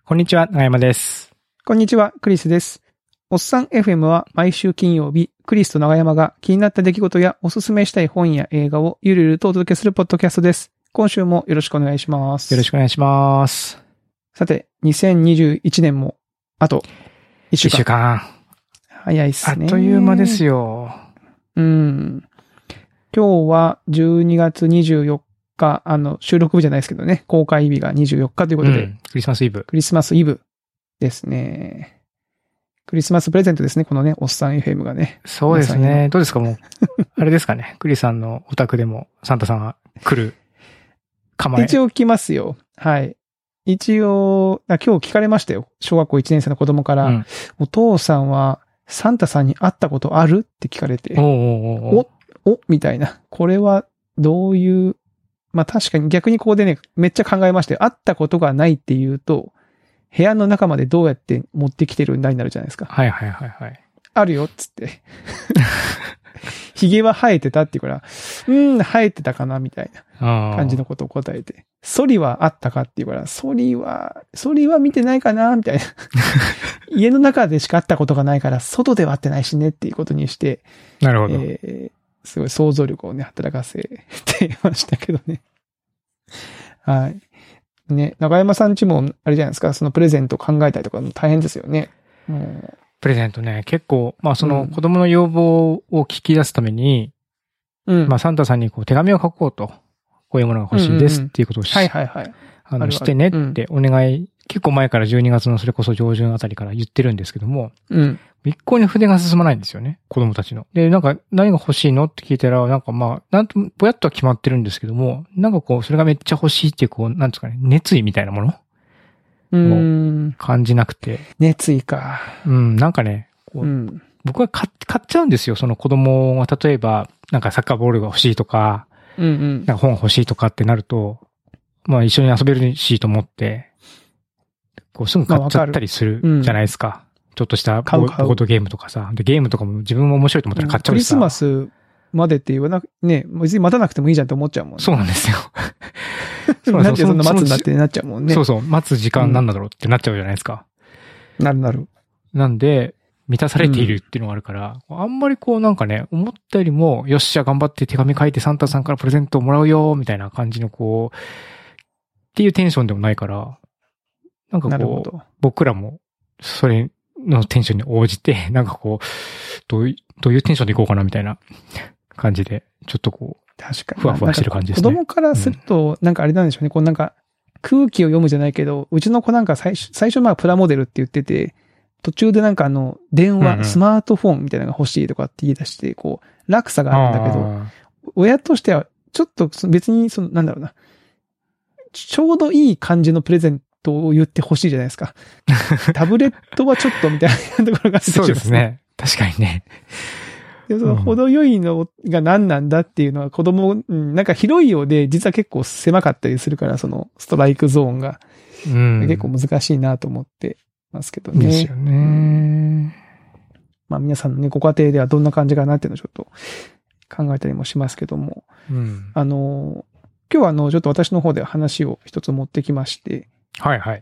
こんにちは、長山です。 こんにちは、クリスです。おっさん FM は毎週金曜日、クリスと長山が気になった出来事やおすすめしたい本や映画をゆるゆるとお届けするポッドキャストです。今週もよろしくお願いします。 よろしくお願いします。 さて、2021年もあと1週間。 1週間。 早いっすね。 あっという間ですよ。 今日は12月24日、収録日じゃないですけどね、公開日が24日ということで、 クリスマスイブ。 クリスマスイブですね。クリスマスプレゼントですね、このね、おっさん FM がね。 そうですね。どうですか、もう。あれですかね。クリさんのお宅でもサンタさんが来る構え。 一応来ますよ。はい。一応、今日聞かれましたよ。小学校1年生の子供から、お父さんはサンタさんに会ったことあるって聞かれて、おみたいな。これはどういう、まあ確かに逆にここでね、めっちゃ考えましたよ。会ったことがないっていうと、部屋の中までどうやって持ってきてるんだになるじゃないですか。 はいはいはいはい。 あるよっつって。髭は生えてたって言うから、生えてたかなみたいな感じのことを答えて。ソリはあったかって言うから、ソリは見てないかなみたいな。家の中でしか会ったことがないから、外では会ってないしねっていうことにして、 なるほど。 すごい想像力をね、働かせてましたけどね。はい。ね、長山さんちも、あれじゃないですか、そのプレゼント考えたりとかも大変ですよね。 プレゼントね、結構、まあその子供の要望を聞き出すために、まあサンタさんにこう手紙を書こうと、こういうものが欲しいですっていうことをしてねってお願い、結構前から12月のそれこそ上旬あたりから言ってるんですけども、一向に筆が進まないんですよね、子供たちの。で、なんか何が欲しいのって聞いたら、なんかまあ、ぼやっとは決まってるんですけども、なんかこう、それがめっちゃ欲しいっていう、こう、なんですかね、熱意みたいなものを感じなくて。 熱意か。 なんかね、僕は買っちゃうんですよ、その子供が例えば、なんかサッカーボールが欲しいとか、なんか本が欲しいとかってなると、まあ一緒に遊べるしと思って、こうすぐ買っちゃったりするじゃないですか。ちょっとしたボードゲームとかさ。で、ゲームとかも自分も面白いと思ったら買っちゃうしさ。 クリスマスまでって言わなく、ね、別に待たなくてもいいじゃんって思っちゃうもんね。 そうなんですよ。 なんでそんな待つんだってなっちゃうもんね。 そうそう、待つ時間なんだろうってなっちゃうじゃないですか。 なる。 なんで、満たされているっていうのがあるから、あんまりこうなんかね、思ったよりも、よっしゃ頑張って手紙書いてサンタさんからプレゼントをもらうよ、みたいな感じのこう、っていうテンションでもないから、なんかこう、僕らも、それのテンションに応じて、なんかこう、どういうテンションでいこうかな、みたいな感じで、ちょっとこう、 確かに。 ふわふわしてる感じですね。 子供からすると、なんかあれなんでしょうね、こうなんか、空気を読むじゃないけど、うちの子なんか最初まあプラモデルって言ってて、途中でなんか電話、スマートフォンみたいなのが欲しいとかって言い出して、こう、落差があるんだけど、親としては、ちょっと別に、なんだろうな、ちょうどいい感じのプレゼントを言ってほしいじゃないですか。タブレットはちょっとみたいなところがあってそうですね。確かにね。 でその程よいのが何なんだっていうのは子供、なんか広いようで実は結構狭かったりするから、そのストライクゾーンが。結構難しいなと思ってますけどね。 ですよね。 まあ皆さんのね、ご家庭ではどんな感じかなっていうのをちょっと考えたりもしますけども。今日はちょっと私の方で話を一つ持ってきまして。 はいはい。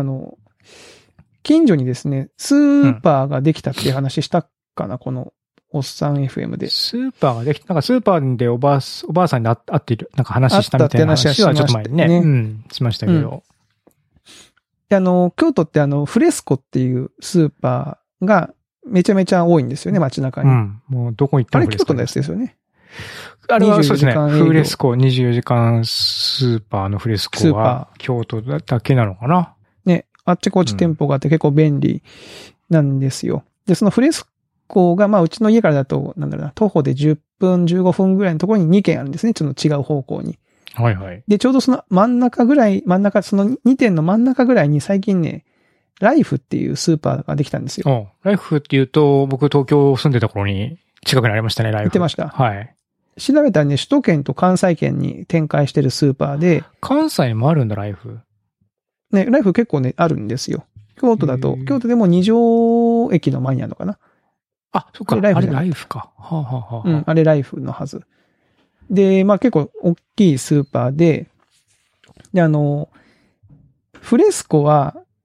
近所にですね、スーパーができたっていう話したかな、このおっさん FM で。 スーパーができた、なんかスーパーでおばあさんに会っている、なんか話したみたいな話はちょっと前にね、しましたけど。 で、京都ってフレスコっていうスーパーがめちゃめちゃ多いんですよね、街中に。 もうどこ行ってもフレスコ。あれ京都のやつですよね。 あれはそうですね。フレスコ24時間スーパーのフレスコは京都だけなのかな。 ね、あっちこっち店舗があって結構便利なんですよ。で、そのフレスコが、まあうちの家からだと、なんだろうな、徒歩で10分、15分ぐらいのところに2軒あるんですね。ちょっと違う方向に。 はいはい。 で、ちょうどそのその2店の真ん中ぐらいに最近ね、ライフっていうスーパーができたんですよ。 ライフっていうと、僕東京住んでた頃に近くにありましたね、ライフ。 行ってました。 はい。 調べたらね、首都圏と関西圏に展開してるスーパーで。 関西にもあるんだ、ライフ。 ね、ライフ結構ね、あるんですよ。京都でも二条駅の前にあるのかな。 あ、そっか。あれライフか。 あれライフのはず。で、まあ結構大きいスーパーで、フレスコは、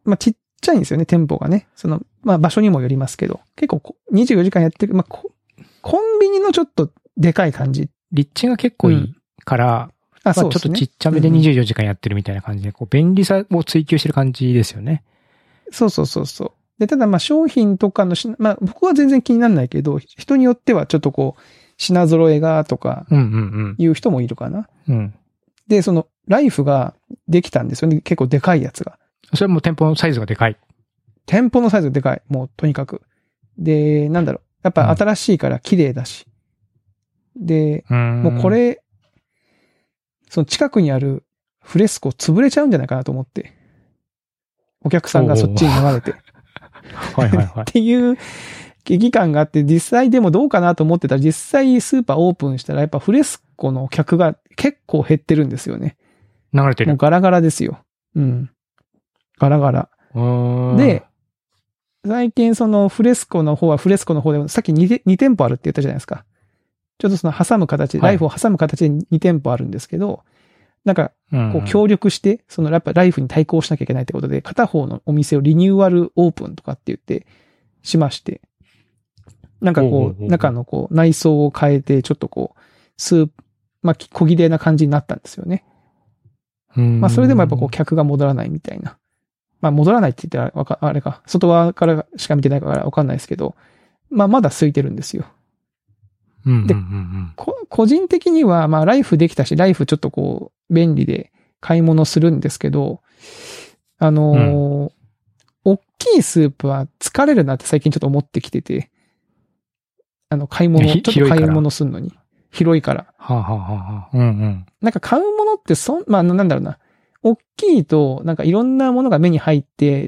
まあちっちゃいんですよね、店舗がね。まあ場所にもよりますけど。結構24時間やってる、まあコンビニのちょっとでかい感じ。 立地が結構いいから、まあちょっとちっちゃめで24時間やってるみたいな感じで、こう便利さを追求してる感じですよね。 そう。で、ただまあ商品とかのまあ僕は全然気にならないけど、人によってはちょっとこう、品揃えがとか、いう人もいるかな。で、ライフができたんですよね。結構でかいやつが。 それも店舗のサイズがでかい。 店舗のサイズがでかい。もうとにかく。で、なんだろう。やっぱ新しいから綺麗だし。で、もうこれ、近くにあるフレスコ潰れちゃうんじゃないかなと思って。お客さんがそっちに流れて。っていう危機感があって、実際でもどうかなと思ってたら、実際スーパーオープンしたら、やっぱフレスコの客が結構減ってるんですよね。 流れてる。 もうガラガラですよ。ガラガラ。で、最近フレスコの方はフレスコの方でも、さっき 2店舗あるって言ったじゃないですか。ちょっと挟む形、ライフを挟む形で2店舗あるんですけど、なんか、こう協力して、やっぱライフに対抗しなきゃいけないってことで、片方のお店をリニューアルオープンとかって言ってしまして、なんかこう、中のこう、内装を変えて、ちょっとこう、まあ、小切れな感じになったんですよね。まあ、それでもやっぱこう、客が戻らないみたいな。まあ、戻らないって言ったら、あれか、外側からしか見てないからわかんないですけど、まあ、まだ空いてるんですよ。で、個人的には、まあ、ライフできたし、ライフちょっとこう、便利で買い物するんですけど、大きいスープは疲れるなって最近ちょっと思ってきてて、ちょっと買い物するのに。広いから。なんか買うものってまあ、なんだろうな。大きいと、なんかいろんなものが目に入って、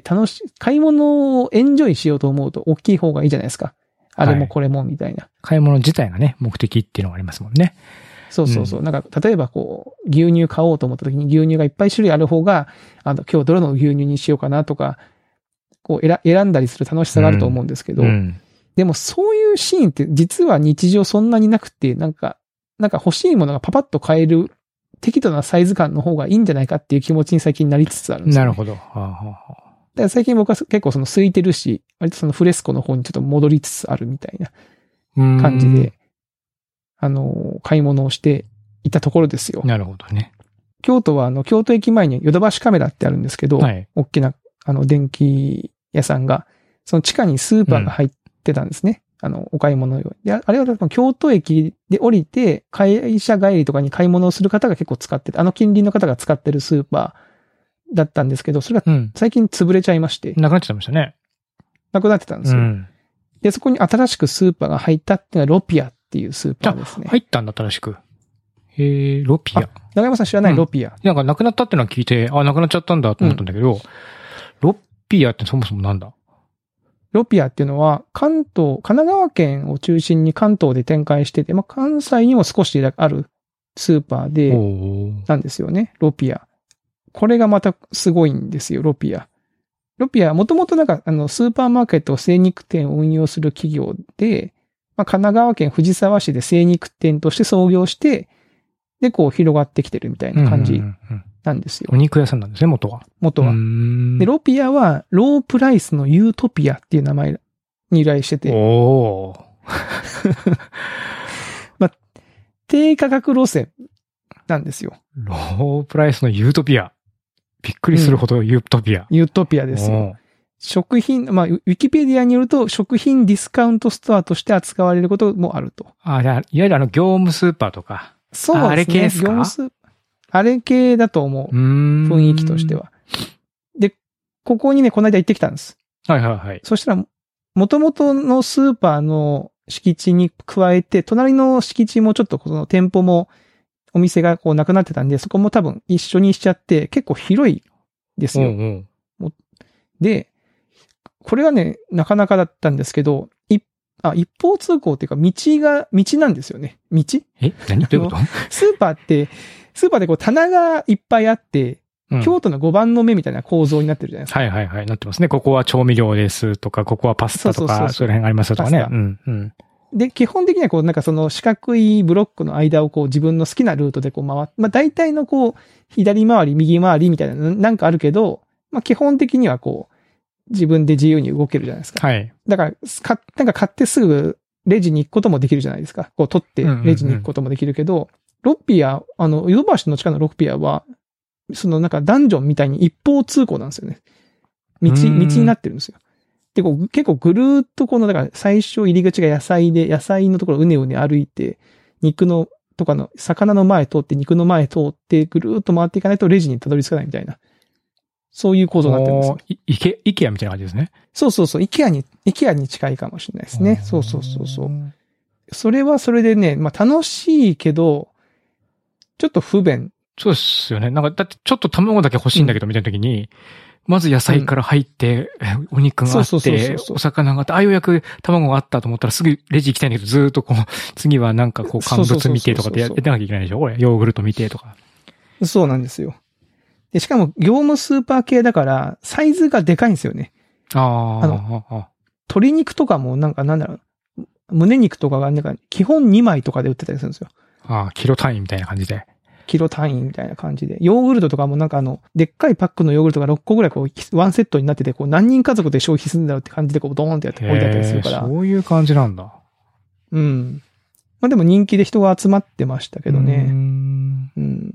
買い物をエンジョイしようと思うと大きい方がいいじゃないですか。あれもこれもみたいな。 買い物自体がね、目的っていうのがありますもんね。 そう。なんか、例えばこう、牛乳買おうと思った時に牛乳がいっぱい種類ある方が、今日どれの牛乳にしようかなとか、こう、選んだりする楽しさがあると思うんですけど、でもそういうシーンって実は日常そんなになくて、なんか欲しいものがパパッと買える適度なサイズ感の方がいいんじゃないかっていう気持ちに最近なりつつあるんですよ、ね。 なるほど。 だから最近僕は結構空いてるし、割とフレスコの方にちょっと戻りつつあるみたいな感じで、買い物をしていたところですよ。 なるほどね。 京都は京都駅前にヨドバシカメラってあるんですけど、大きな電気屋さんが、その地下にスーパーが入ってたんですね。お買い物用で、あれは多分京都駅で降りて、会社帰りとかに買い物をする方が結構使ってて、近隣の方が使ってるスーパーだったんですけど、それが最近潰れちゃいまして。 なくなってましたね。 なくなってたんですよ。で、そこに新しくスーパーが入ったっていうのはロピアっていうスーパーですね。 入ったんだ、新しく。ロピア。 長山さん知らない、ロピア。 なんかなくなったってのは聞いて、なくなっちゃったんだと思ったんだけど、ロピアってそもそもなんだ？ ロピアっていうのは、神奈川県を中心に関東で展開してて、まあ、関西にも少しあるスーパーで、なんですよね。ロピア。これがまたすごいんですよ、ロピア。ロピアはもともとなんか、スーパーマーケット精肉店を運用する企業で、まあ、神奈川県藤沢市で精肉店として創業して、で、こう広がってきてるみたいな感じなんですよ。 お肉屋さんなんですね、元は。 で、ロピアは、ロープライスのユートピアっていう名前に由来してて。まあ、低価格路線なんですよ。 ロープライスのユートピア。びっくりするほどユートピア。 ユートピアですよ。食品、まあ、ウィキペディアによると、食品ディスカウントストアとして扱われることもあると。 じゃあ、いわゆる業務スーパーとか。 そうですね。 あれ系ですか？ 業務スーパー。あれ系だと思う。雰囲気としては。で、ここにね、この間行ってきたんです。そしたら、元々のスーパーの敷地に加えて、隣の敷地もちょっとこの店舗も、お店がこうなくなってたんで、そこも多分一緒にしちゃって、結構広いですよ。で、これはね、なかなかだったんですけど、一方通行っていうか、道なんですよね。道？ 何？どういうこと？ スーパーでこう棚がいっぱいあって、京都の5番の目みたいな構造になってるじゃないですか。 なってますね。ここは調味料ですとか、ここはパスタとか、それ辺がありますとかね。 で、基本的にはこう、なんかその四角いブロックの間をこう自分の好きなルートでこう回って、まあ大体のこう、左回り、右回りみたいななんかあるけど、まあ基本的にはこう、 自分で自由に動けるじゃないですか。 はい。 だから、なんか買ってすぐレジに行くこともできるじゃないですか。こう取ってレジに行くこともできるけど、ロッピア、ヨドバシの地下のロッピアは、そのなんかダンジョンみたいに一方通行なんですよね。道になってるんですよ。で、結構ぐるーっとだから最初入り口が野菜で、野菜のところをうねうね歩いて、肉の、とかの、魚の前通って、肉の前通って、ぐるーっと回っていかないとレジにたどり着かないみたいな。そういう構造になってるんですよ。 イケアみたいな感じですね。 そうそうそう。イケアに近いかもしれないですね。そうそうそうそう。それはそれでね、まあ楽しいけど、ちょっと不便。 そうですよね。なんか、だってちょっと卵だけ欲しいんだけど、みたいな時に、まず野菜から入って、お肉があって、お魚があって、ようやく卵があったと思ったらすぐレジ行きたいんだけど、ずーっと次はなんか乾物見てとかってやってなきゃいけないでしょこれ。ヨーグルト見てとか。 そうなんですよ。で、しかも業務スーパー系だから、サイズがでかいんですよね。鶏肉とかもなんだろう、胸肉とかがなんか基本2枚とかで売ってたりするんですよ。 キロ単位みたいな感じで。 キロ単位みたいな感じで。ヨーグルトとかもなんかでっかいパックのヨーグルトが6個ぐらいワンセットになってて、何人家族で消費するんだろうって感じでドーンってやって置いてあったりするから。 そういう感じなんだ。 うん。まあでも人気で人が集まってましたけどね。うん。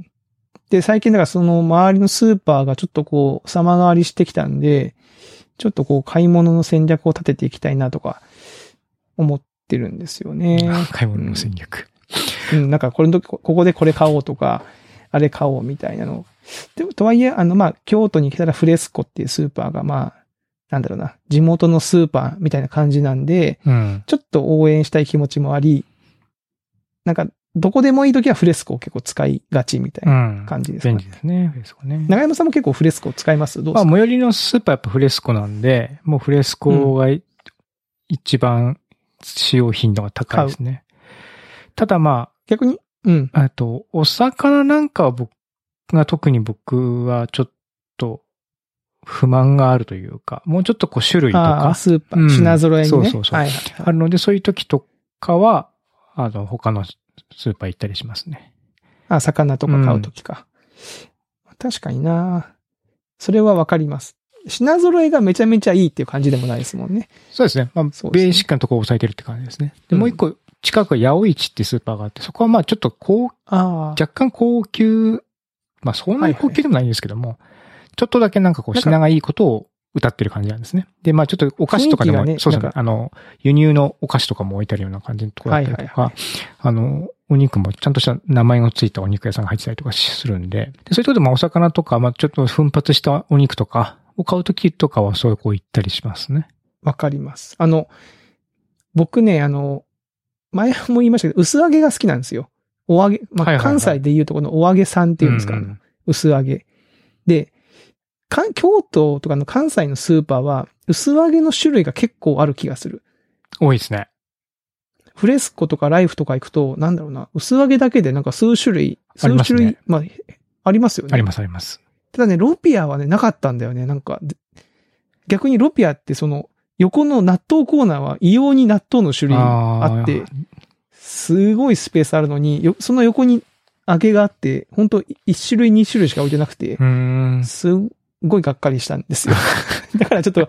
で、最近だからその周りのスーパーがちょっと様変わりしてきたんで、ちょっと買い物の戦略を立てていきたいなとか思ってるんですよね。 買い物の戦略。 なんかここでこれ買おうとか、あれ買おうみたいなの。でも、とはいえ、まあ、京都に来たらフレスコっていうスーパーが、まあ、なんだろうな、地元のスーパーみたいな感じなんで、ちょっと応援したい気持ちもあり、なんか、どこでもいいときはフレスコを結構使いがちみたいな感じですかね。 便利ですね、フレスコね。 長山さんも結構フレスコ使いますどうですか？ 最寄りのスーパーやっぱフレスコなんで、もうフレスコが一番使用頻度が高いですね。ただまあ、 逆にお魚なんかは特に僕はちょっと不満があるというか、もうちょっと種類とか。 スーパー、品揃えにね。 そう。あるので、そういう時とかは、他のスーパー行ったりしますね。 魚とか買う時か。確かにな。それはわかります。品揃えがめちゃめちゃいいっていう感じでもないですもんね。 そうですね。まあ、ベーシックなところを抑えてるって感じですね。で、もう一個、近くは八百市っていうスーパーがあって、そこはまあちょっと若干高級、まあそんなに高級でもないんですけども、ちょっとだけなんか品がいいことを歌ってる感じなんですね。で、まあちょっとお菓子とかでも、そうですね。輸入のお菓子とかも置いてあるような感じのところだったりとか、お肉もちゃんとした名前のついたお肉屋さんが入ってたりとかするんで、そういうところでまあお魚とか、まあちょっと奮発したお肉とかを買うときとかはそういう行ったりしますね。 わかります。僕ね、前も言いましたけど、薄揚げが好きなんですよ。お揚げ、まあ、関西で言うとこのお揚げさんっていうんですか、薄揚げ。で、京都とかの関西のスーパーは、薄揚げの種類が結構ある気がする。 多いですね。 フレスコとかライフとか行くと、なんだろうな、薄揚げだけでなんか数種類、まあ、ありますよね。 あります。 ただね、ロピアはね、なかったんだよね。なんか、逆にロピアって横の納豆コーナーは異様に納豆の種類あって、すごいスペースあるのに、その横に揚げがあって、本当1種類2種類しか置いてなくて、すっごいがっかりしたんですよ。だからちょっと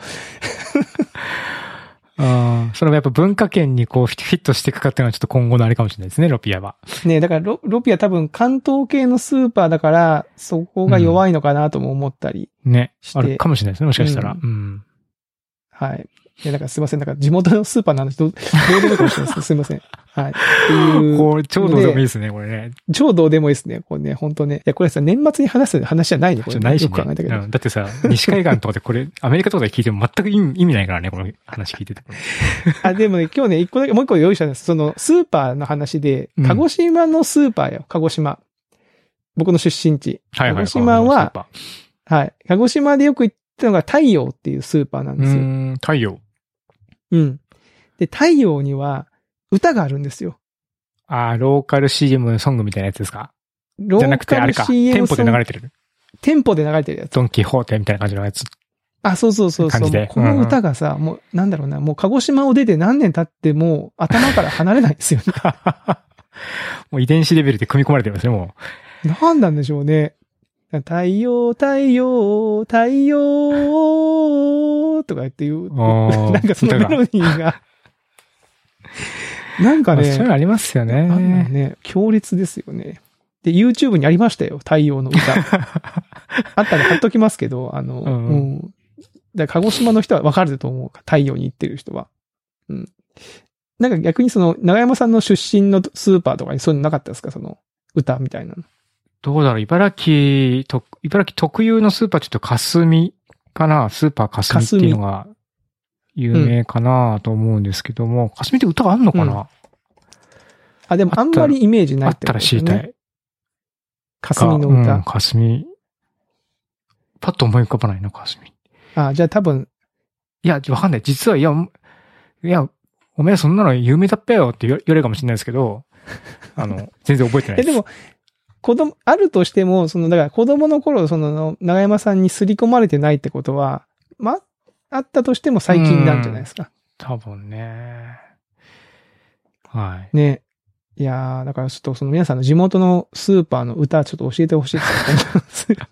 それもやっぱ文化圏にフィットしていくかっていうのはちょっと今後のあれかもしれないですね、ロピアは。 ね、だからロピア多分関東系のスーパーだから、そこが弱いのかなとも思ったりして。 ね。あるかもしれないですね、もしかしたら。 はい。なんかすいません。なんか地元のスーパーの話どうでもいいかもしれないです。すいません。はい。 これ超どうでもいいですね、これね。 超どうでもいいですね。これね、本当ね。いや、これさ、年末に話す話じゃないね、これ。 ないしね。 よく考えたけど。 だってさ、西海岸とかでこれ、アメリカとかで聞いても全く意味ないからね、この話聞いてて。 でもね、今日ね、もう一個用意したんです。スーパーの話で、鹿児島のスーパーよ、鹿児島。僕の出身地。鹿児島は、はい。鹿児島でよく行ったのが太陽っていうスーパーなんですよ。 太陽。 で、太陽には歌があるんですよ。 ローカル CM ソングみたいなやつですか？ ローカル CM じゃなくてあれか。テンポで流れてる。 テンポで流れてるやつ。 ドンキホーテみたいな感じのやつ。 そう。 感じで。 この歌がさ、もう、なんだろうな、もう鹿児島を出て何年経っても頭から離れないんですよね。 もう遺伝子レベルで組み込まれてますね、もう。なんなんでしょうね。太陽、太陽、太陽っとか言って言う。なんかそのメロディーが。なんかね。 そういうのありますよね。 ね、強烈ですよね。で、YouTube にありましたよ、太陽の歌。あったら貼っときますけど、だから鹿児島の人はわかると思う。太陽に行ってる人は。うん。なんか逆にその、長山さんの出身のスーパーとかにそういうのなかったですか？その、歌みたいなの。 どうだろう、茨城特有のスーパーちょっと霞かな、スーパー霞っていうのが有名かなと思うんですけども、霞って歌があんのかな、 でもあんまりイメージないってことですね。あったら知りたい。霞の歌。 霞。パッと思い浮かばないの、霞。 じゃあ多分。 いや、わかんない。実は、いや、おめえそんなの有名だったよって言われるかもしれないですけど、全然覚えてないです。 でも、あるとしても、だから子供の頃、長山さんに刷り込まれてないってことは、あったとしても最近なんじゃないですか。 多分ね。はい。 ね。いやー、だからちょっと皆さんの地元のスーパーの歌ちょっと教えてほしいですね。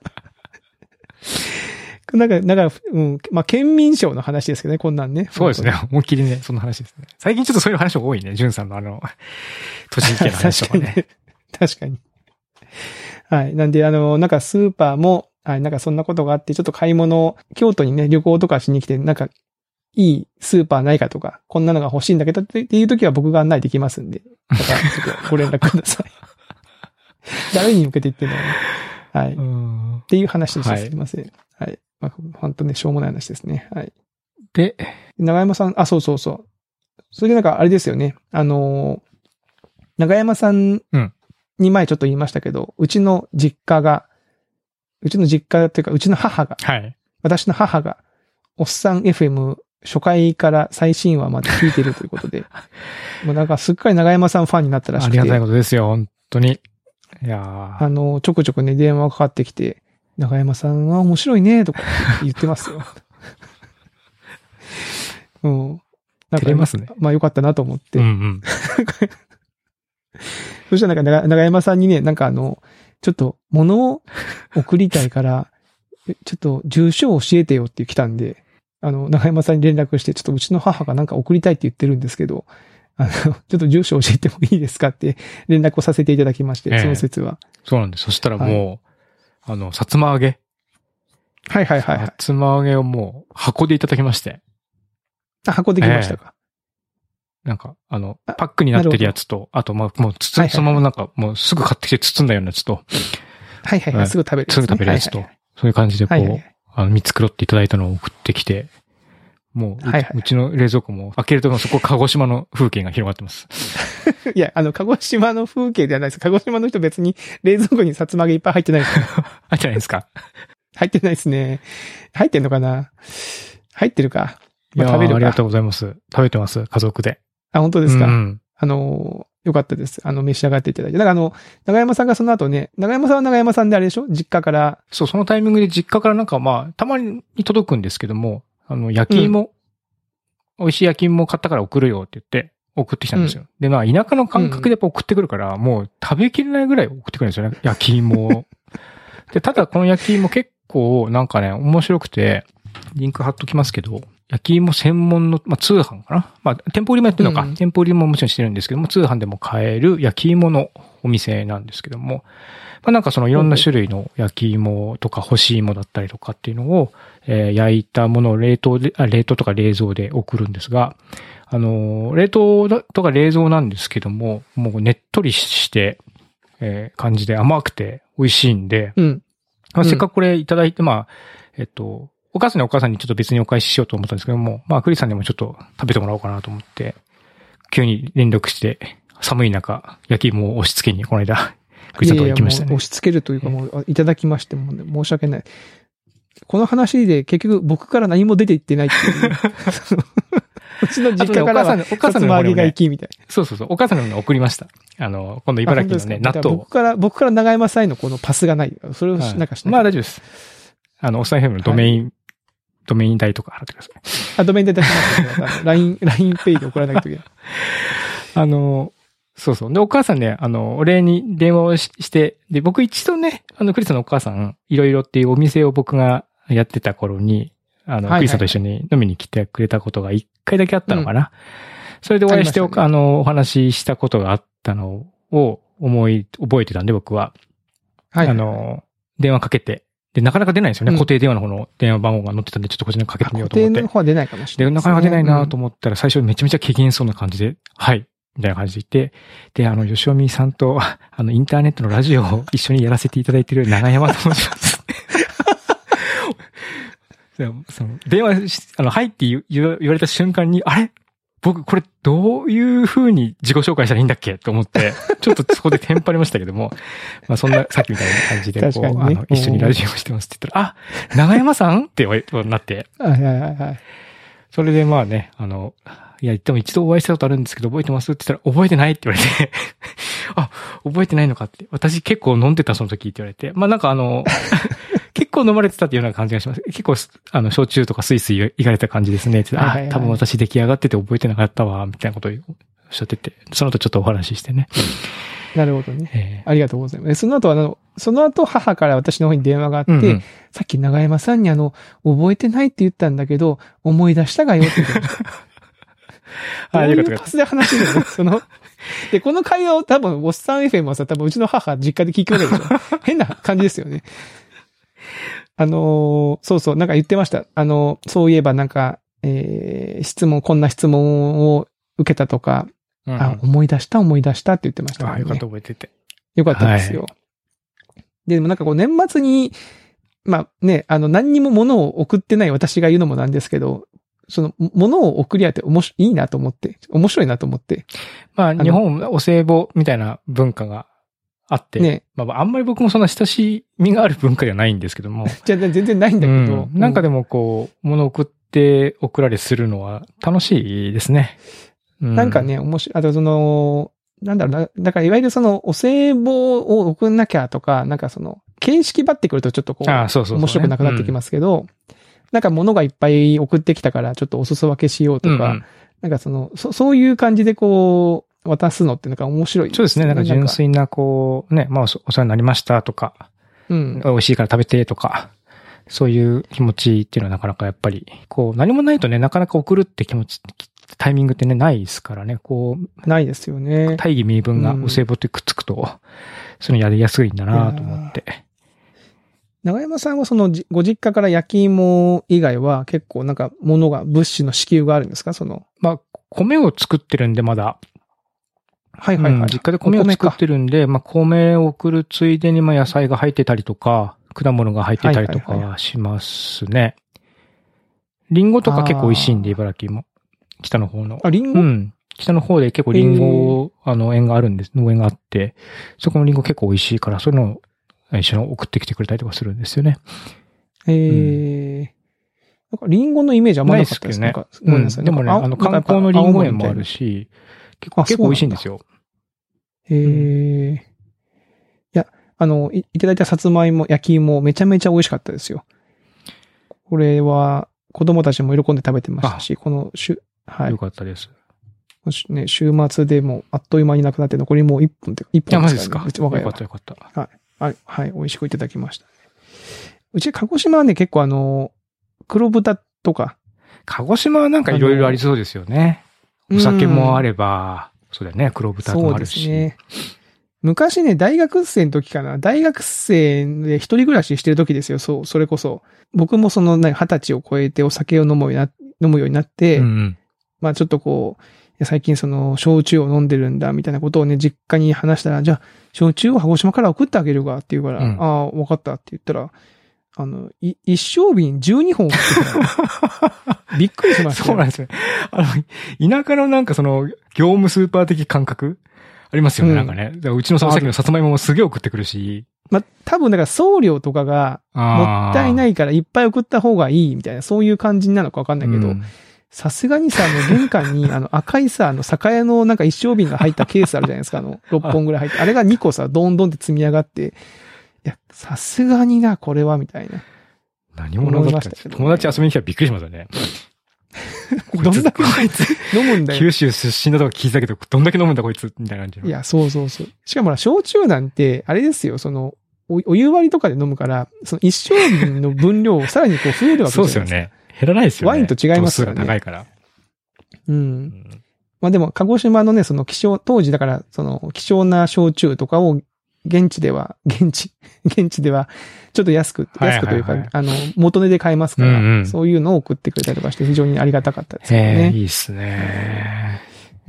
県民賞の話ですけどね、こんなんね。 そうですね。思いっきりね、そんな話ですね。最近ちょっとそういう話が多いね、ジュンさんの栃木県の話とかね。 確かに。はい。なんで、なんかスーパーも、はい、なんかそんなことがあって、ちょっと買い物、京都にね、旅行とかしに来て、なんか、いいスーパーないかとか、こんなのが欲しいんだけどっていう時は僕が案内できますんで、だからちょっとご連絡ください。誰に向けて言ってんのね。はい。っていう話でした。すいません。はい。本当ね、しょうもない話ですね。はい。 で、 長山さん、そう。それでなんかあれですよね。長山さんに前ちょっと言いましたけど、うちの実家というか、うちの母が、 はい。 私の母が、おっさん FM 初回から最新話まで聞いてるということで、もうなんかすっかり長山さんファンになったらしくて。 ありがたいことですよ、本当に。いやちょくちょくね、電話がかかってきて、長山さんは面白いね、とか言ってますよ。うん。なんか照れますね。 よかったなと思って。 うんうん。 そしたらなんか長山さんにね、なんかちょっと物を送りたいから、ちょっと住所を教えてよって来たんで、長山さんに連絡して、ちょっとうちの母がなんか送りたいって言ってるんですけど、ちょっと住所教えてもいいですかって連絡をさせていただきまして、その説は。 そうなんです。そしたらもう、さつま揚げ。 はい。 さつま揚げをもう箱でいただきまして。 箱できましたか。 なんか、パックになってるやつと、あと、もうそのままなんか、もうすぐ買ってきて包んだようなやつと。 はい。すぐ食べるやつ。 すぐ食べるやつと。そういう感じでこう、見繕っていただいたのを送ってきて、もう、うちの冷蔵庫も開けるとそこ鹿児島の風景が広がってます。 いや、鹿児島の風景ではないです。鹿児島の人別に冷蔵庫にさつま揚げいっぱい入ってないです。 入ってないですか？ 入ってないですね。入ってんのかな？入ってるか。 食べるか。ありがとうございます。食べてます、家族で。 本当ですか？よかったです。召し上がっていただいて。だから長山さんがその後ね、長山さんは長山さんであれでしょ？実家から。 そう、そのタイミングで実家からなんかたまに届くんですけども、焼き芋、美味しい焼き芋買ったから送るよって言って送ってきたんですよ。で、田舎の感覚でやっぱ送ってくるから、もう食べきれないぐらい送ってくるんですよね、焼き芋を。で、ただこの焼き芋結構なんかね、面白くて、リンク貼っときますけど、焼き芋専門の、通販かな？店舗売りもやってるのか。店舗売りももちろんしてるんですけども、通販でも買える焼き芋のお店なんですけども、なんかそのいろんな種類の焼き芋とか干し芋だったりとかっていうのを、焼いたものを冷凍とか冷蔵で送るんですが、冷凍とか冷蔵なんですけども、もうねっとりして、感じで甘くて美味しいんで、せっかくこれいただいて、お母さんにちょっと別にお返ししようと思ったんですけども、クリスさんにもちょっと食べてもらおうかなと思って、急に連絡して、寒い中、焼き芋を押し付けに、この間、クリスさんと行きましたね。 押し付けるというかもう、いただきましても、申し訳ない。この話で結局僕から何も出ていってないっていう。うちの実家からは、お母さんの揚げが行きみたいな。 そう。お母さんのも送りました。今度茨城のね、納豆を。 僕から長山さんへのこのパスがない。それをなんかしない。 大丈夫です。おっさん FM のドメイン代とか払ってください。 ドメイン代出しますね。LINE で送らなきゃいけない。 そう。で、お母さんね、お礼に電話をして、で、僕一度ね、クリスのお母さん、いろいろっていうお店を僕がやってた頃に、 クリスさんと一緒に飲みに来てくれたことが1回だけあったのかな。それでお会いして、お話ししたことがあったのを覚えてたんで、僕は。はい。電話かけて。で、なかなか出ないんですよね。固定電話の方の電話番号が載ってたんで、ちょっとこっちにかけてみようと思って。 固定の方は出ないかもしれないで、なかなか出ないなと思ったら、最初めちゃめちゃ機嫌そうな感じで、はい。みたいな感じで言って、で、吉尾美さんと、インターネットのラジオを一緒にやらせていただいている長山と申します。電話はいって言われた瞬間に、あれ僕、これ、どういう風に自己紹介したらいいんだっけと思って、ちょっとそこでテンパりましたけども、まあそんな、さっきみたいな感じで、こう、ね、一緒にラジオしてますって言ったら、あ、長山さんってなって。 はいはいはい。 それでまあね、いや、でも一度お会いしたことあるんですけど、覚えてますって言ったら、覚えてないって言われて、あ、覚えてないのかって。私結構飲んでたその時って言われて、まあなんか結構飲まれてたっていうような感じがします。結構、焼酎とかスイスイ行かれた感じですね。多分私出来上がってて覚えてなかったわ、みたいなことをおっしゃってて、その後ちょっとお話ししてね。 なるほどね。ありがとうございます。その後母から私の方に電話があって、さっき長山さんに覚えてないって言ったんだけど、思い出したがよって言ってました。どういうパスで話してるので、この会話を多分、おっさん FM はさ、多分うちの母実家で聞くわけでしょ。変な感じですよね。そうそう、なんか言ってました。そういえばなんか、こんな質問を受けたとか、思い出したって言ってました、ね。 よかった覚えてて。 よかったですよ。はい、でもなんかこう年末に、まあね、何にも物を送ってない私が言うのもなんですけど、その、物を送り合っていいなと思って、面白いなと思って。 まあ、日本お歳暮みたいな文化があって、ね。まあ、あんまり僕もそんな親しみがある文化ではないんですけども。 じゃあ全然ないんだけど。 なんかでもこう、物を送られするのは楽しいですね。 なんかね、面白い。あとなんだろうな、だからいわゆるお歳暮を送んなきゃとか、なんか形式ばってくるとちょっとこう、面白くなくなってきますけど、なんか物がいっぱい送ってきたからちょっとお裾分けしようとか、なんかそういう感じでこう、渡すのってなんか面白いですね。そうですね。なんか純粋なこう、ね、まあお世話になりましたとか、美味しいから食べてとか、そういう気持ちっていうのはなかなかやっぱり、こう何もないとね、なかなか送るって気持ち、タイミングってね、ないですからね、こう。 ないですよね。 大義名分がお歳暮ってくっつくと、そのやりやすいんだなと思って。 長山さんはご実家から焼き芋以外は結構なんか物資の支給があるんですかまあ、米を作ってるんでまだ。 はいはいはい。 実家で米を作ってるんで、まあ米を送るついでにまあ野菜が入ってたりとか、果物が入ってたりとかしますね。リンゴとか結構美味しいんで、茨城も。北の方の。 リンゴ？ 北の方で結構リンゴ、園があるんです、農園があって、そこのリンゴ結構美味しいから、そういうのを一緒に送ってきてくれたりとかするんですよね。 なんかリンゴのイメージあんまなかったですね。 でもね、観光のリンゴ園もあるし、結構美味しいんですよ。 いや、いただいたさつまいも、焼き芋めちゃめちゃ美味しかったですよ。これは子供たちも喜んで食べてましたし、はい。 よかったです。 ね、週末でもあっという間になくなって残りもう1本ですか。 我が家は。 よかったよかった。 はい、美味しくいただきました。うち鹿児島はね、結構黒豚とか。 鹿児島はなんかいろいろありそうですよね。お酒もあれば、そうだよね、黒豚もあるし。そうですね。 昔ね、大学生の時かな。大学生で一人暮らししてる時ですよ。そう、それこそ。僕も20歳を超えてお酒を飲むようになって、まあちょっとこう、最近焼酎を飲んでるんだ、みたいなことをね、実家に話したら、じゃあ、焼酎を鹿児島から送ってあげるわ、って言うから、わかったって言ったら、一升瓶12本送ってた。びっくりしました。 そうなんですね。田舎のなんか業務スーパー的感覚ありますよね、なんかね。うちのさっきのさつまいももすげえ送ってくるし。 まあ、多分だから送料とかがもったいないからいっぱい送った方がいいみたいな、そういう感じなのかわかんないけど、さすがにさ、玄関に赤いさ、酒屋のなんか一升瓶が入ったケースあるじゃないですか、6本ぐらい入って。あれが2個さ、どんどんって積み上がって、いや、さすがにな、これは、みたいな。 何者だった、友達遊びに来たらびっくりしますよね。 どんだけ飲むんだよ。 九州出身だとか聞いたけど、どんだけ飲むんだこいつみたいな感じ。 いや、そう。しかも焼酎なんて、あれですよ、お湯割りとかで飲むから、一升瓶の分量をさらにこう増えるわけじゃないですか。 そうですよね。 減らないですよね。 ワインと違いますよね。 度数が高いから。 うん。まあでも、鹿児島のね、その当時だから、その希少な焼酎とかを現地では、ちょっと安くというか、元値で買えますから、そういうのを送ってくれたりとかして非常にありがたかったですね。 いいですね。 うん。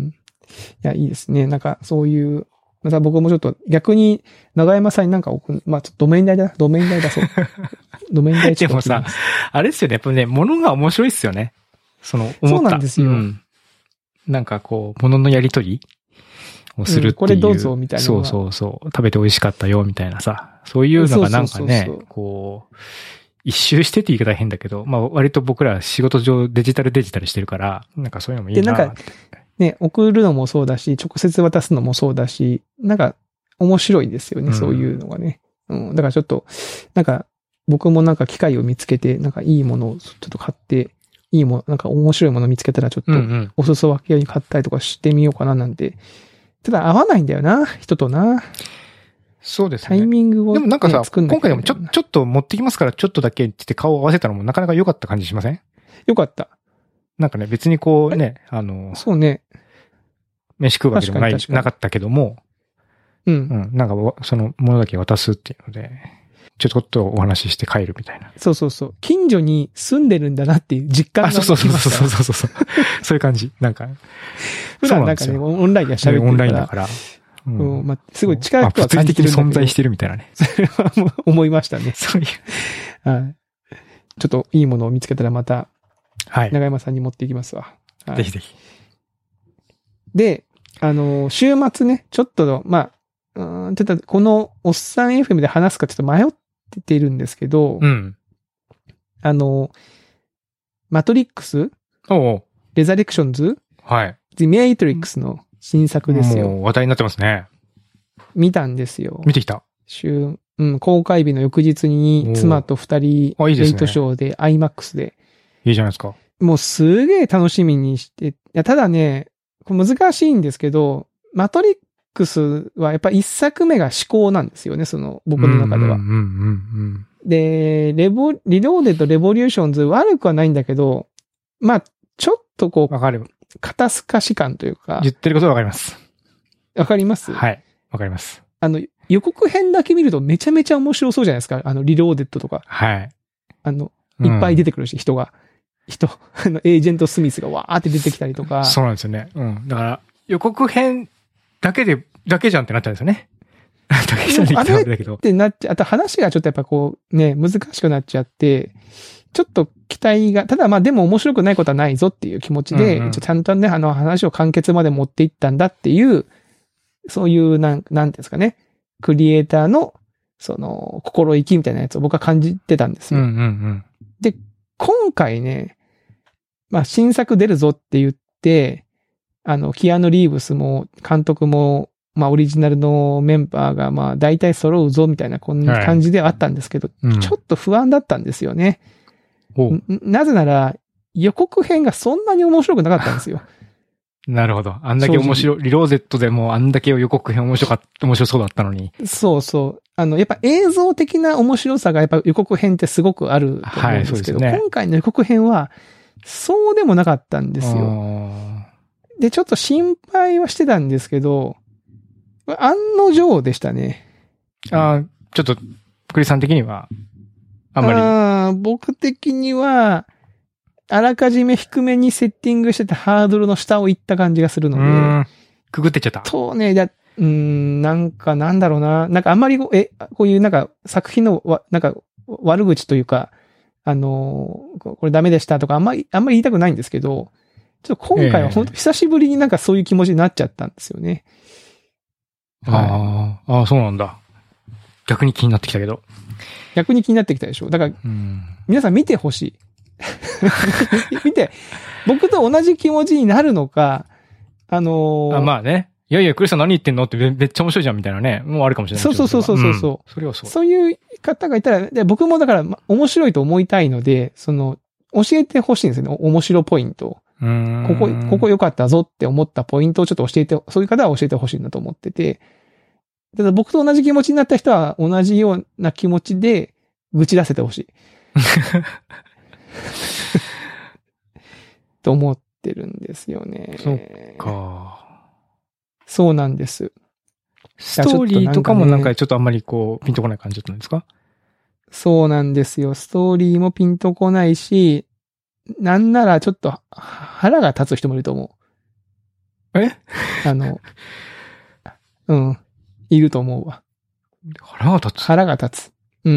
いや、いいですね。なんか、そういう、また僕もちょっと逆に、長山さんになんかまあ、ちょっとドメイン代だそう。ドメイン代でもさ、あれですよね。やっぱね、物が面白いっすよね。 そうなんですよ。 なんかこう、物のやりとりをするっていう。 これどうぞ、みたいな。 そう。食べて美味しかったよ、みたいなさ。そういうのがなんかね、こう、一周してって言い方は変だけど、まあ割と僕ら仕事上デジタルしてるから、なんかそういうのもいいなって。 で、なんか、ね、送るのもそうだし、直接渡すのもそうだし、なんか面白いですよね、そういうのがね。だからちょっと、なんか僕もなんか機会を見つけて、なんかいいものをちょっと買って、いいもの、なんか面白いものを見つけたらちょっとお裾分けに買ったりとかしてみようかななんて。ただ合わないんだよな、人とな。 そうですね。 タイミングを、 でもなんかさ、今回でもちょっと持ってきますからちょっとだけって言って顔を合わせたのもなかなか良かった感じしません？ 良かった。 なんかね、別にこうね、 そうね。 飯食うわけでもなかったけども、なんかそのものだけ渡すっていうので、ちょっとお話しして帰るみたいな。 そう。近所に住んでるんだなっていう実感が。 そう。そういう感じ。なんか。 普段なんかね、オンラインで喋ってるから。 オンラインだから。 まあ、すごい近くは物理的に存在してるみたいなね。 それはもう思いましたね。 そういう。 はい。ちょっといいものを見つけたらまた、 はい。 長山さんに持っていきますわ。 ぜひぜひ。 で、週末ね、ちょっと、まあ、ちょっとこのおっさん FM で話すかちょっと迷っているんですけど、マトリックスレザレクションズはい。 The Matrix の新作ですよ。 もう話題になってますね。 見たんですよ。 見てきた。 公開日の翌日に妻と二人、レイトショーで IMAX で。 いいじゃないですか。 もうすげえ楽しみにして、いや、ただね、難しいんですけど、マトリックスはやっぱ一作目が思考なんですよね、僕の中では。で、リローデッドレボリューションズ悪くはないんだけど、まあ、ちょっとこう、 わかる。 肩透かし感というか。 言ってることはわかります。 わかります？ はい。わかります。 予告編だけ見るとめちゃめちゃ面白そうじゃないですか。リローデッドとか。 はい。 いっぱい出てくるし、人、エージェント・スミスがわーって出てきたりとか。 そうなんですよね。だから、予告編だけじゃんってなったんですよね。だけじゃんって言ったわけだけど。 ってなっちゃ、あと話がちょっとやっぱこう、ね、難しくなっちゃって、ちょっと期待が、ただまあでも面白くないことはないぞっていう気持ちで、ちゃんとね、話を完結まで持っていったんだっていう、そういう、なんていうんですかね、クリエイターの、心意気みたいなやつを僕は感じてたんですよ。で、今回ね、まあ新作出るぞって言って、キアヌ・リーブスも監督も、まあオリジナルのメンバーがまあ大体揃うぞみたいなこんな感じではあったんですけど、ちょっと不安だったんですよね。なぜなら予告編がそんなに面白くなかったんですよ。 なるほど。あんだけ面白い、リローゼットでもあんだけ予告編面白そうだったのに。 そう。やっぱ映像的な面白さがやっぱ予告編ってすごくあると思うんですけど、今回の予告編はそうでもなかったんですよ。で、ちょっと心配はしてたんですけど、案の定でしたね。 ちょっと、クリさん的には、あんまり。僕的には、あらかじめ低めにセッティングしてたハードルの下を行った感じがするので。 くぐってっちゃった。 なんかなんだろうな。なんかあんまりこういうなんか作品のなんか悪口というか、これダメでしたとかあんまり言いたくないんですけど、ちょっと今回は本当久しぶりになんかそういう気持ちになっちゃったんですよね。 そうなんだ。逆に気になってきたけど。 逆に気になってきたでしょ。だから、皆さん見てほしい。見て、僕と同じ気持ちになるのか、 まあね。いや、クリスさん何言ってんのってめっちゃ面白いじゃんみたいなね。もうあるかもしれない。 そう。それはそう。そういう方がいたら、で僕もだから、面白いと思いたいので、教えてほしいんですよね。面白ポイント。ここ良かったぞって思ったポイントをちょっと教えて、そういう方は教えてほしいなと思ってて、ただ僕と同じ気持ちになった人は同じような気持ちで愚痴らせてほしい。 と思ってるんですよね。 そっか。 そうなんです。 ストーリーとかもなんかちょっとあんまりこう、ピンとこない感じだったんですか？ そうなんですよ。ストーリーもピンとこないし、なんならちょっと腹が立つ人もいると思う。 いると思うわ。 腹が立つ？ 腹が立つ。うん。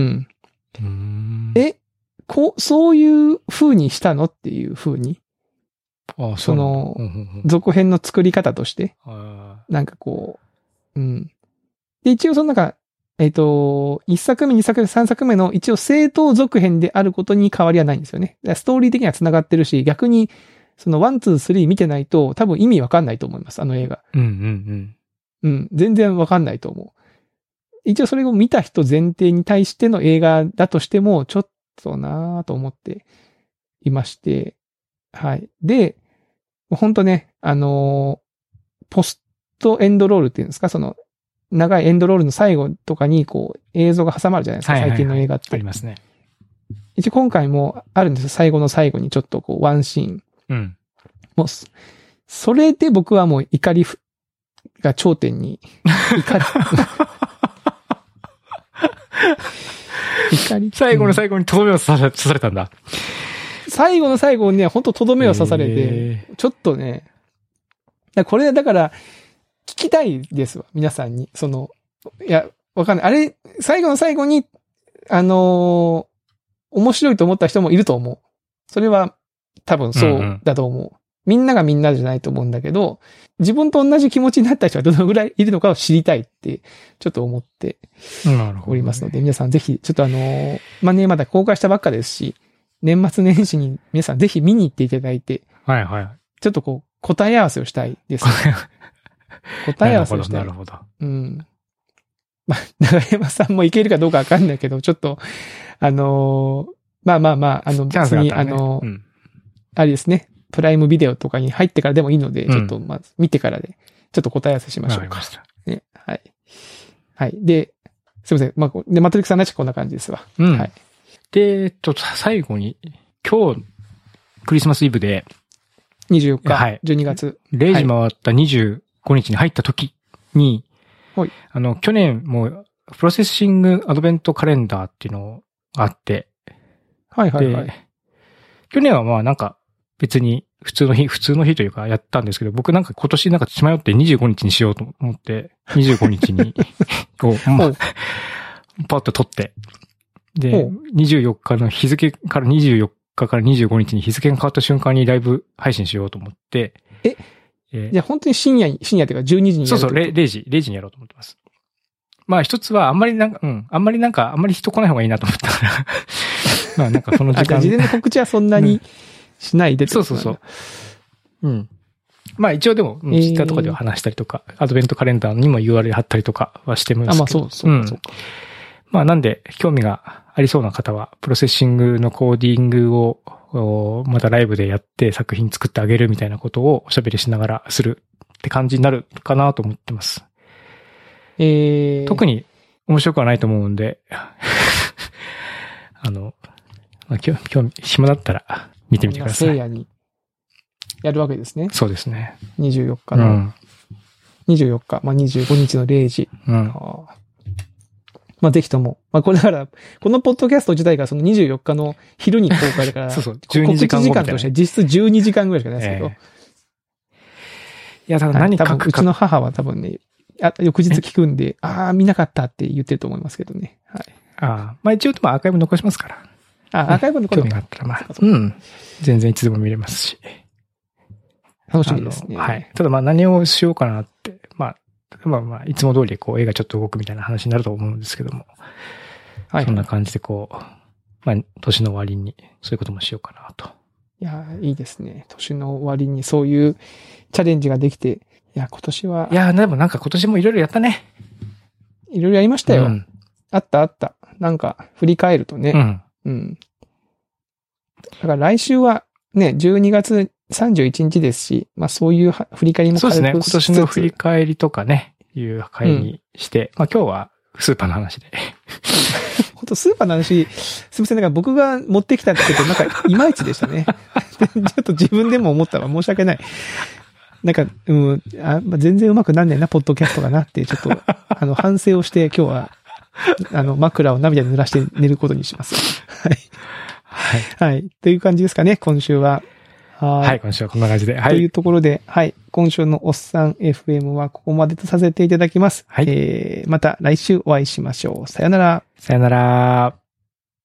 そういう風にしたのっていう風に。その、続編の作り方として。なんかこう、で、一応そのなんか、1作目、2作目、3作目の一応正当続編であることに変わりはないんですよね。ストーリー的には繋がってるし、逆に、その1、2、3見てないと多分意味わかんないと思います、あの映画。全然わかんないと思う。一応それを見た人前提に対しての映画だとしても、ちょっとなぁと思っていまして、はい。で、ほんとね、ポストエンドロールっていうんですか、その、長いエンドロールの最後とかに、こう、映像が挟まるじゃないですか、最近の映画って。 ありますね。 一応今回もあるんですよ、最後の最後にちょっとこう、ワンシーン。もう、それで僕はもう怒りが頂点に、 最後の最後にとどめを刺されたんだ。 最後の最後にね、ほんととどめを刺されて、ちょっとね、これだから、聞きたいですわ、皆さんに。いや、わかんない。あれ、最後の最後に、面白いと思った人もいると思う。それは、多分そうだと思う。みんながみんなじゃないと思うんだけど、自分と同じ気持ちになった人がどのぐらいいるのかを知りたいって、ちょっと思っておりますので、皆さんぜひ、ちょっとまだ公開したばっかですし、年末年始に皆さんぜひ見に行っていただいて、ちょっとこう、答え合わせをしたいです、ね。答え合わせをしたい。 なるほど。 長山さんもいけるかどうかわかんないけど、ちょっと、別に、あれですね、プライムビデオとかに入ってからでもいいので、ちょっとまず見てからで、ちょっと答え合わせしましょうか。ね、はい。はい。で、すいません。マトリックスさんらしくこんな感じですわ。はい。 で、最後に、今日、クリスマスイブで、 24日、12月。 0時回った25日に入った時に、去年も、プロセッシングアドベントカレンダーっていうのがあって、去年はまあなんか別に普通の日というかやったんですけど、僕なんか今年なんか血迷って25日にしようと思って、25日に、パッと撮って、で、24日の日付から24日から25日に日付が変わった瞬間にライブ配信しようと思って、 じゃあ本当に深夜というか12時にやる。 そう、0時にやろうと思ってます。まあ一つはあんまり人来ない方がいいなと思ったから。まあなんかその時間。 事前の告知はそんなにしないで、 そう。まあ一応でも、ツイッターとかでは話したりとか、アドベントカレンダーにも URL 貼ったりとかはしてますけど。そうか。まあなんで、興味がありそうな方は、プロセッシングのコーディングを、またライブでやって作品作ってあげるみたいなことをおしゃべりしながらするって感じになるかなと思ってます。特に面白くはないと思うんで、今日暇だったら見てみてください。 聖夜にやるわけですね。 そうですね。 24日の。24日、25日の0時。ぜひとも。これだから、このポッドキャスト自体がその24日の昼に公開だから、 そう、12時間後みたいな。 告知時間としては実質12時間ぐらいしかないですけど。いや、ただ何かうちの母は多分ね、翌日聞くんで、見なかったって言ってると思いますけどね。はい。 一応アーカイブ残しますから。 アーカイブ残します。 興味があったら全然いつでも見れますし。 楽しみですね。 はい。ただ何をしようかなって、いつも通り映画ちょっと動くみたいな話になると思うんですけども。そんな感じで年の終わりにそういうこともしようかなと。 いや、いいですね。年の終わりにそういうチャレンジができて、いや、今年は。 いや、でもなんか今年もいろいろやったね。 いろいろやりましたよ。あった。なんか、振り返るとね。だから来週はね、12月31日ですし、そういう振り返りもそうですね。今年の振り返りとかね、いう会にして、今日はスーパーの話で。 本当スーパーの話、すみません、なんか僕が持ってきたけど、なんかいまいちでしたね。ちょっと自分でも思ったわ。申し訳ない。なんか、全然うまくなんねえな、ポッドキャストがなって、ちょっと、反省をして今日は、枕を涙に濡らして寝ることにします。はい。はい。はい。という感じですかね、今週は。 はい、今週はこんな感じで。はい。 というところで、はい。今週のおっさん FM はここまでとさせていただきます。はい。また来週お会いしましょう。さよなら。 さよなら。